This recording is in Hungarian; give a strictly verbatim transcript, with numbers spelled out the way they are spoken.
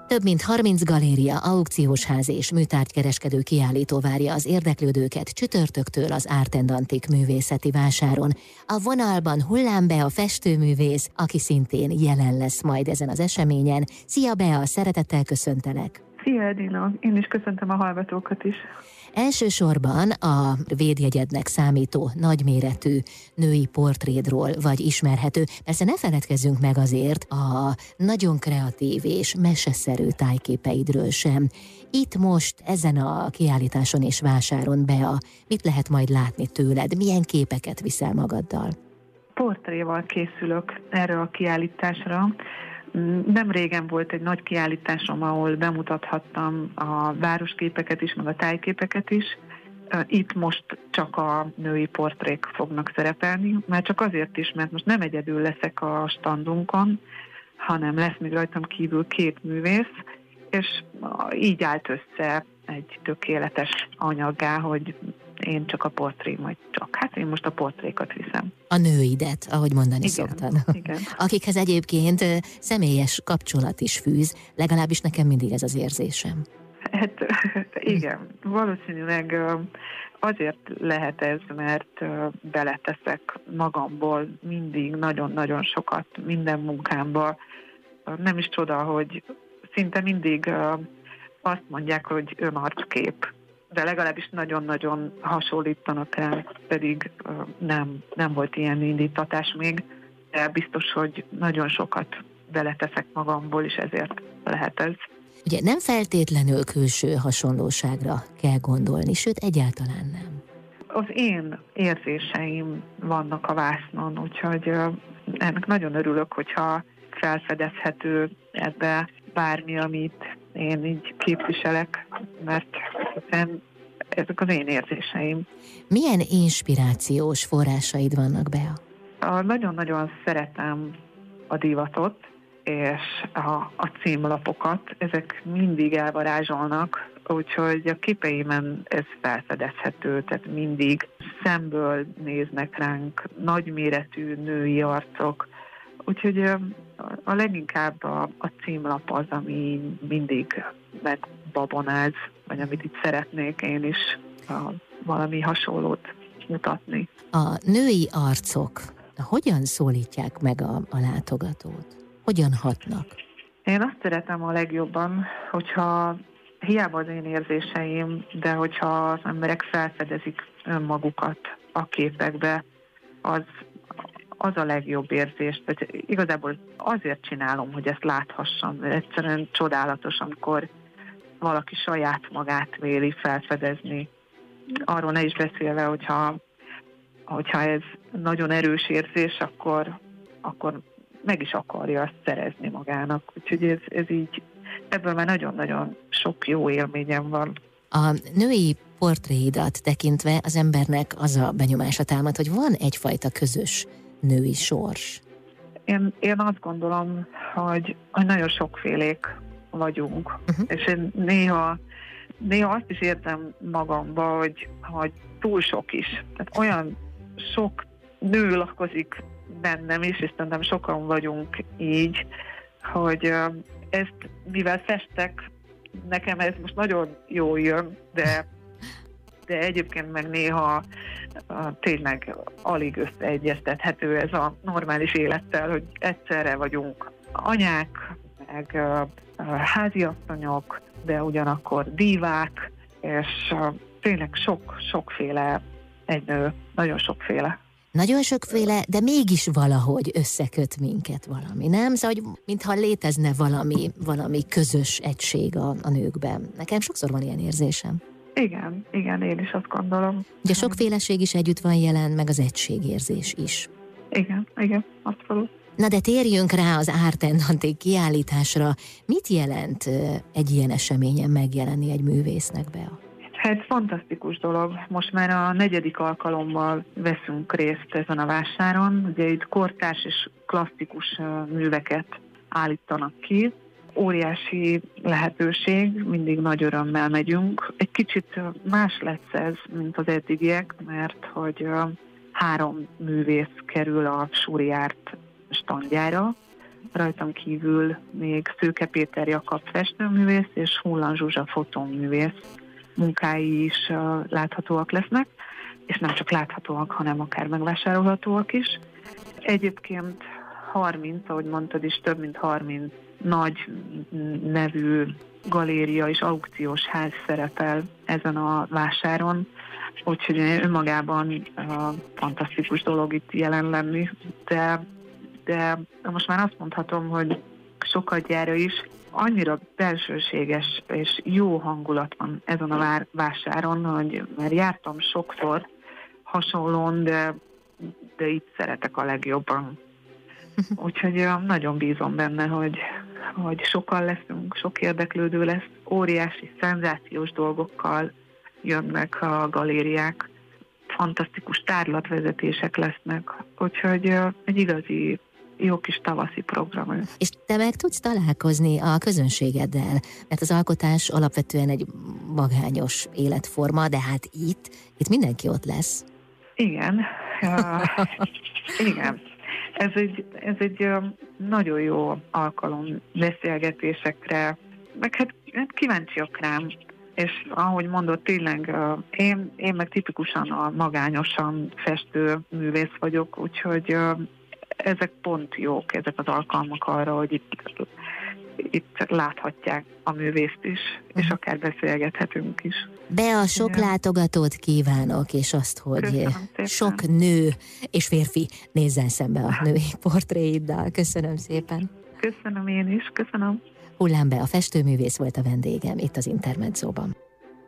Több mint harminc galéria, aukciósház és műtárgykereskedő kiállító várja az érdeklődőket csütörtöktől az Art and Antique művészeti vásáron. A vonalban hullám be a festőművész, aki szintén jelen lesz majd ezen az eseményen. Szia Bea, szeretettel köszöntelek! Szia Edina, én is köszöntöm a hallgatókat is. Elsősorban a védjegyednek számító nagyméretű női portrédról vagy ismerhető. Persze ne feledkezzünk meg azért a nagyon kreatív és meseszerű tájképeidről sem. Itt most ezen a kiállításon és vásáron, Bea, mit lehet majd látni tőled? Milyen képeket viszel magaddal? Portréval készülök erre a kiállításra. Nem régen volt egy nagy kiállításom, ahol bemutathattam a városképeket is, meg a tájképeket is. Itt most csak a női portrék fognak szerepelni, már csak azért is, mert most nem egyedül leszek a standunkon, hanem lesz még rajtam kívül két művész, és így állt össze egy tökéletes anyaggá, hogy én csak a portré, majd csak. Hát én most a portrékat viszem. A nőidet, ahogy mondani igen, szoktad. Igen. Akikhez egyébként személyes kapcsolat is fűz, legalábbis nekem mindig ez az érzésem. Hát igen, valószínűleg azért lehet ez, mert beleteszek magamból mindig nagyon-nagyon sokat minden munkámba. Nem is csoda, hogy szinte mindig azt mondják, hogy önarckép, de legalábbis nagyon-nagyon hasonlítanak rá, pedig nem, nem volt ilyen indítatás még, de biztos, hogy nagyon sokat beleteszek magamból, és ezért lehet ez. Ugye nem feltétlenül külső hasonlóságra kell gondolni, sőt egyáltalán nem. Az én érzéseim vannak a vásznon, úgyhogy ennek nagyon örülök, hogyha felfedezhető ebbe bármi, amit én így képviselek, mert ezek az én érzéseim. Milyen inspirációs forrásaid vannak, Bea? A, nagyon-nagyon szeretem a divatot, és a, a címlapokat, ezek mindig elvarázsolnak, úgyhogy a képeimen ez felfedezhető, tehát mindig szemből néznek ránk nagyméretű női arcok, úgyhogy a leginkább a, a címlap az, ami mindig megbabonáz, vagy amit itt szeretnék én is a, valami hasonlót mutatni. A női arcok hogyan szólítják meg a, a látogatót? Hogyan hatnak? Én azt szeretem a legjobban, hogyha hiába az én érzéseim, de hogyha az emberek felfedezik önmagukat a képekbe, az, az a legjobb érzés. Tehát igazából azért csinálom, hogy ezt láthassam. Egyszerűen csodálatos, amikor valaki saját magát véli felfedezni. Arról ne is beszélve, hogyha, hogyha ez nagyon erős érzés, akkor, akkor meg is akarja azt szerezni magának. Úgyhogy ez, ez így, ebből már nagyon-nagyon sok jó élményem van. A női portréidat tekintve az embernek az a benyomása támad, hogy van egyfajta közös női sors. Én, én azt gondolom, hogy, hogy nagyon sokfélék vagyunk, uh-huh. és én néha, néha azt is érzem magamba, hogy, hogy túl sok is. Tehát olyan sok nő lakozik bennem is, és szerintem sokan vagyunk így, hogy ezt, mivel festek, nekem ez most nagyon jól jön, de, de egyébként meg néha tényleg alig összeegyeztethető ez a normális élettel, hogy egyszerre vagyunk anyák, meg háziasszonyok, de ugyanakkor dívák, és tényleg sok, sokféle egy nő, nagyon sokféle. Nagyon sokféle, de mégis valahogy összeköt minket valami, nem? Szóval, hogy mintha létezne valami, valami közös egység a, a nőkben. Nekem sokszor van ilyen érzésem. Igen, igen, én is azt gondolom. Ugye a sokféleség is együtt van jelen, meg az egységérzés is. Igen, igen, abszolút. Na de térjünk rá az Art and Antique kiállításra. Mit jelent egy ilyen eseményen megjelenni egy művésznek, Bea? Hát fantasztikus dolog. Most már a negyedik alkalommal veszünk részt ezen a vásáron. Ugye itt kortárs és klasszikus műveket állítanak ki. Óriási lehetőség, mindig nagy örömmel megyünk. Egy kicsit más lesz ez, mint az eddigiek, mert hogy három művész kerül a Súri Art standjára, rajtam kívül még Szőke Péter Jakab festőművész és Hullan Zsuzsa fotóművész munkái is láthatóak lesznek, és nem csak láthatóak, hanem akár megvásárolhatóak is. Egyébként harminc, ahogy mondtad is, több mint harminc nagy nevű galéria és aukciós ház szerepel ezen a vásáron, úgyhogy önmagában uh, fantasztikus dolog itt jelen lenni, de, de most már azt mondhatom, hogy sokat gyára is, annyira belsőséges és jó hangulat van ezen a vásáron, hogy már jártam sokszor hasonlón, de, de itt szeretek a legjobban. Úgyhogy nagyon bízom benne, hogy, hogy sokan leszünk, sok érdeklődő lesz, óriási, szenzációs dolgokkal jönnek a galériák, fantasztikus tárlatvezetések lesznek, úgyhogy egy igazi jó kis tavaszi program. És te meg tudsz találkozni a közönségeddel, mert az alkotás alapvetően egy magányos életforma, de hát itt, itt mindenki ott lesz. Igen, uh, igen. Ez egy, ez egy nagyon jó alkalom beszélgetésekre, meg hát, hát kíváncsiak rám, és ahogy mondod, tényleg én, én meg tipikusan a magányosan festő művész vagyok, úgyhogy ezek pont jók, ezek az alkalmak arra, hogy itt, itt láthatják a művészt is, és akár beszélgethetünk is. Be a sok igen. látogatót kívánok, és azt, hogy sok nő és férfi nézzen szembe a női portréiddal. Köszönöm szépen. Köszönöm én is, köszönöm. Hullám Bea, a festőművész volt a vendégem itt az Intermedzóban.